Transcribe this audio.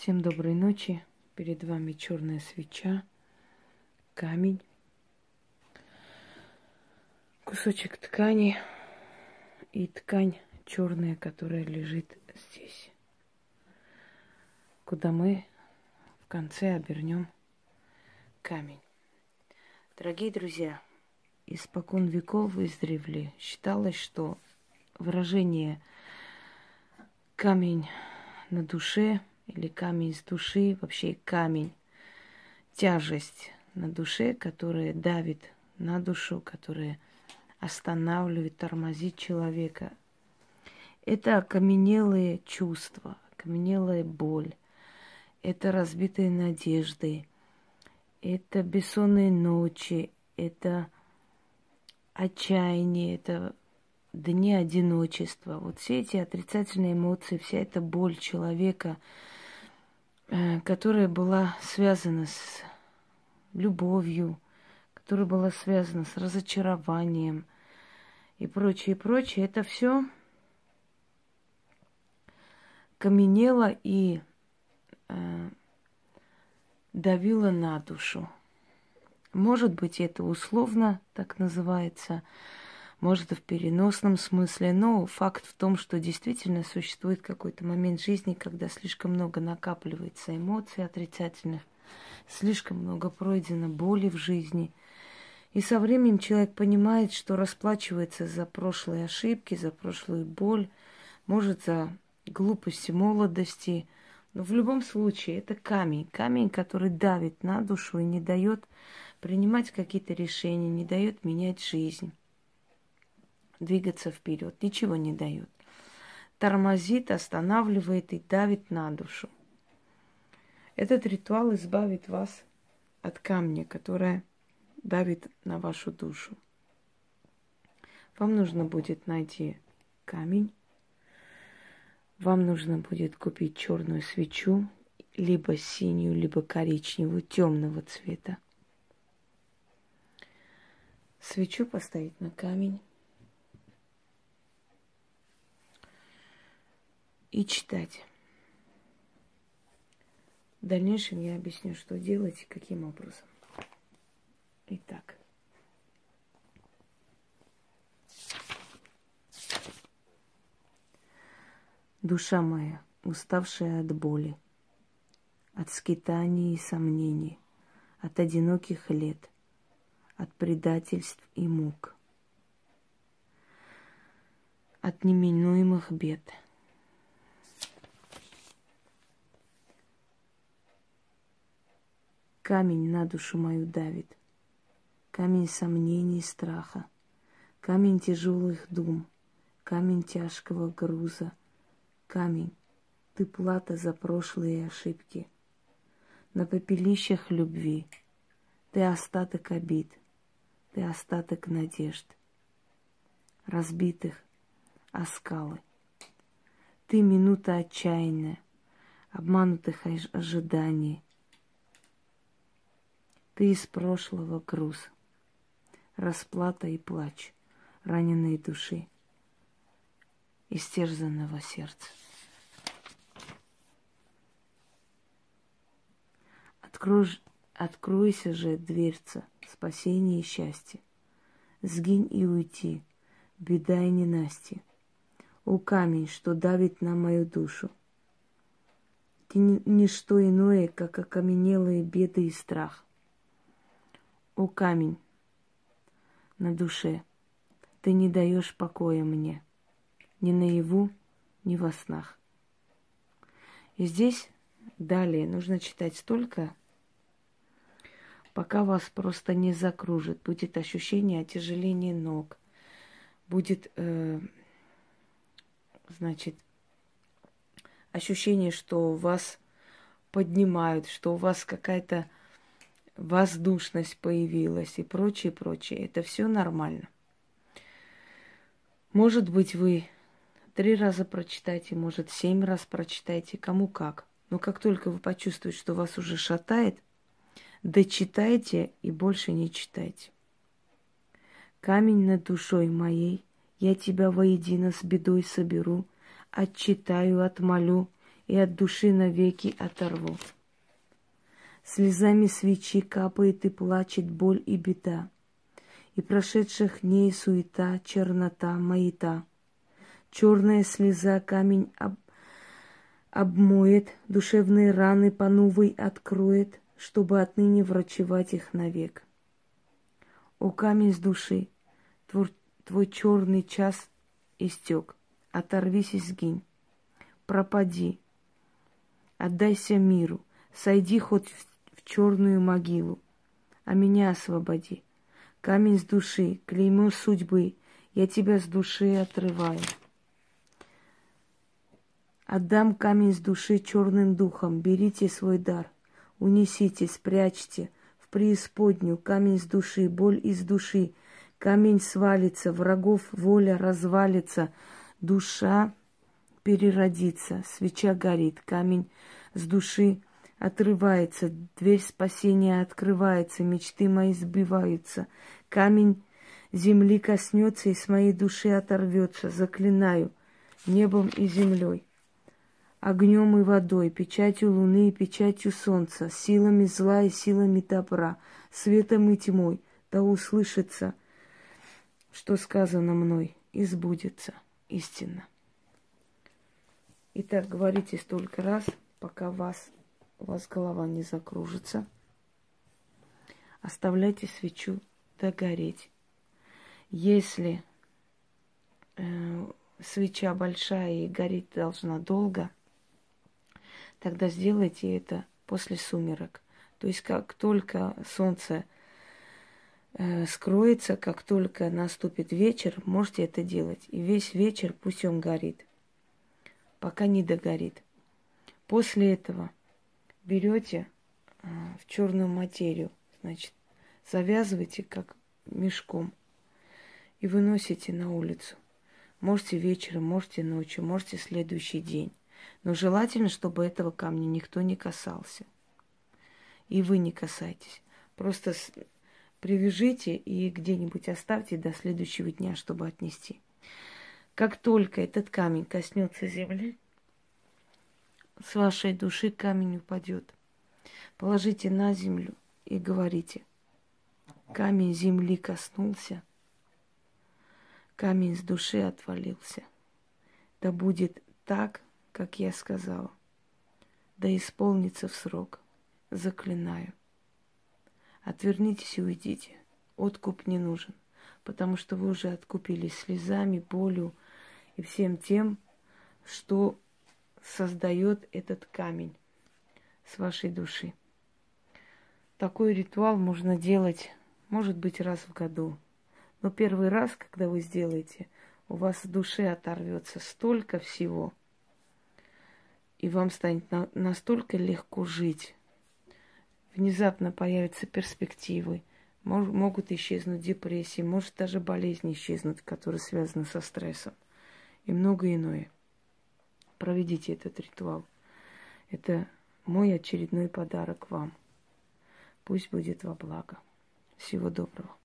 Всем доброй ночи. Перед вами черная свеча, камень, кусочек ткани и ткань черная, которая лежит здесь, куда мы в конце обернем камень. Дорогие друзья, испокон веков издревле считалось, что выражение камень на душе или камень с души, вообще камень, тяжесть на душе, которая давит на душу, которая останавливает, тормозит человека. Это окаменелые чувства, окаменелая боль, это разбитые надежды, это бессонные ночи, это отчаяние, это дни одиночества. Вот все эти отрицательные эмоции, вся эта боль человека, которая была связана с любовью, которая была связана с разочарованием и прочее, прочее, это все каменело и давило на душу. Может быть, это условно так называется, может, и в переносном смысле, но факт в том, что действительно существует какой-то момент жизни, когда слишком много накапливается эмоций отрицательных, слишком много пройдено боли в жизни. И со временем человек понимает, что расплачивается за прошлые ошибки, за прошлую боль, может, за глупости молодости. Но в любом случае это камень, камень, который давит на душу и не дает принимать какие-то решения, не дает менять жизнь, двигаться вперед, ничего не дает. Тормозит, останавливает и давит на душу. Этот ритуал избавит вас от камня, которое давит на вашу душу. Вам нужно будет найти камень, вам нужно будет купить черную свечу, либо синюю, либо коричневую, темного цвета. Свечу поставить на камень и читать. В дальнейшем я объясню, что делать и каким образом. Итак. Душа моя, уставшая от боли, от скитаний и сомнений, от одиноких лет, от предательств и мук, от неминуемых бед. Камень на душу мою давит, камень сомнений и страха, камень тяжелых дум, камень тяжкого груза, камень, ты плата за прошлые ошибки. На пепелищах любви ты остаток обид, ты остаток надежд, разбитых о скалы. Ты минута отчаянная, обманутых ожиданий. Ты из прошлого груз, расплата и плач раненой души, истерзанного сердца. Откройся же, дверца спасения и счастья. Сгинь и уйти, беда и ненастье. О камень, что давит на мою душу, ты ничто иное, как окаменелые беды и страх. О камень на душе, ты не даешь покоя мне, ни наяву, ни во снах. И здесь далее нужно читать столько, пока вас просто не закружит. Будет ощущение отяжеления ног, будет, ощущение, что вас поднимают, что у вас какая-то воздушность появилась и прочее, прочее. Это все нормально. Может быть, вы 3 раза прочитайте, может, 7 раз прочитайте, кому как. Но как только вы почувствуете, что вас уже шатает, дочитайте и больше не читайте. Камень над душой моей, я тебя воедино с бедой соберу, отчитаю, отмолю и от души навеки оторву. Слезами свечи капает и плачет боль и беда, и прошедших дней суета, чернота, маята. Черная слеза камень обмоет, душевные раны по новой откроет, чтобы отныне врачевать их навек. О, камень с души, твой черный час истек, оторвись и сгинь, пропади, отдайся миру, сойди хоть в черную могилу, а меня освободи. Камень с души, клеймо судьбы, я тебя с души отрываю. Отдам камень с души черным духом, берите свой дар, унесите, спрячьте в преисподнюю камень с души, боль из души, камень свалится, врагов воля развалится, душа переродится, свеча горит, камень с души отрывается, дверь спасения открывается, мечты мои сбиваются, камень земли коснется и с моей души оторвется, заклинаю небом и землей, огнем и водой, печатью луны и печатью солнца, силами зла и силами добра, светом и тьмой, да услышится, что сказано мной, и сбудется истинно. Итак, говорите столько раз, пока у вас голова не закружится. Оставляйте свечу догореть. Если свеча большая и гореть должна долго, тогда сделайте это после сумерек. То есть как только солнце скроется, как только наступит вечер, можете это делать. И весь вечер пусть он горит, пока не догорит. После этого берете в черную материю, значит, завязываете как мешком и выносите на улицу. Можете вечером, можете ночью, можете следующий день. Но желательно, чтобы этого камня никто не касался. И вы не касайтесь. Просто привяжите и где-нибудь оставьте до следующего дня, чтобы отнести. Как только этот камень коснется земли, с вашей души камень упадет. Положите на землю и говорите: камень земли коснулся, камень с души отвалился. Да будет так, как я сказала, да исполнится в срок, заклинаю. Отвернитесь и уйдите. Откуп не нужен, потому что вы уже откупились слезами, болью и всем тем, что создает этот камень с вашей души. Такой ритуал можно делать, может быть, раз в году. Но первый раз, когда вы сделаете, у вас в душе оторвется столько всего, и вам станет настолько легко жить. Внезапно появятся перспективы, могут исчезнуть депрессии, может даже болезни исчезнуть, которые связаны со стрессом, и многое иное. Проведите этот ритуал. Это мой очередной подарок вам. Пусть будет во благо. Всего доброго.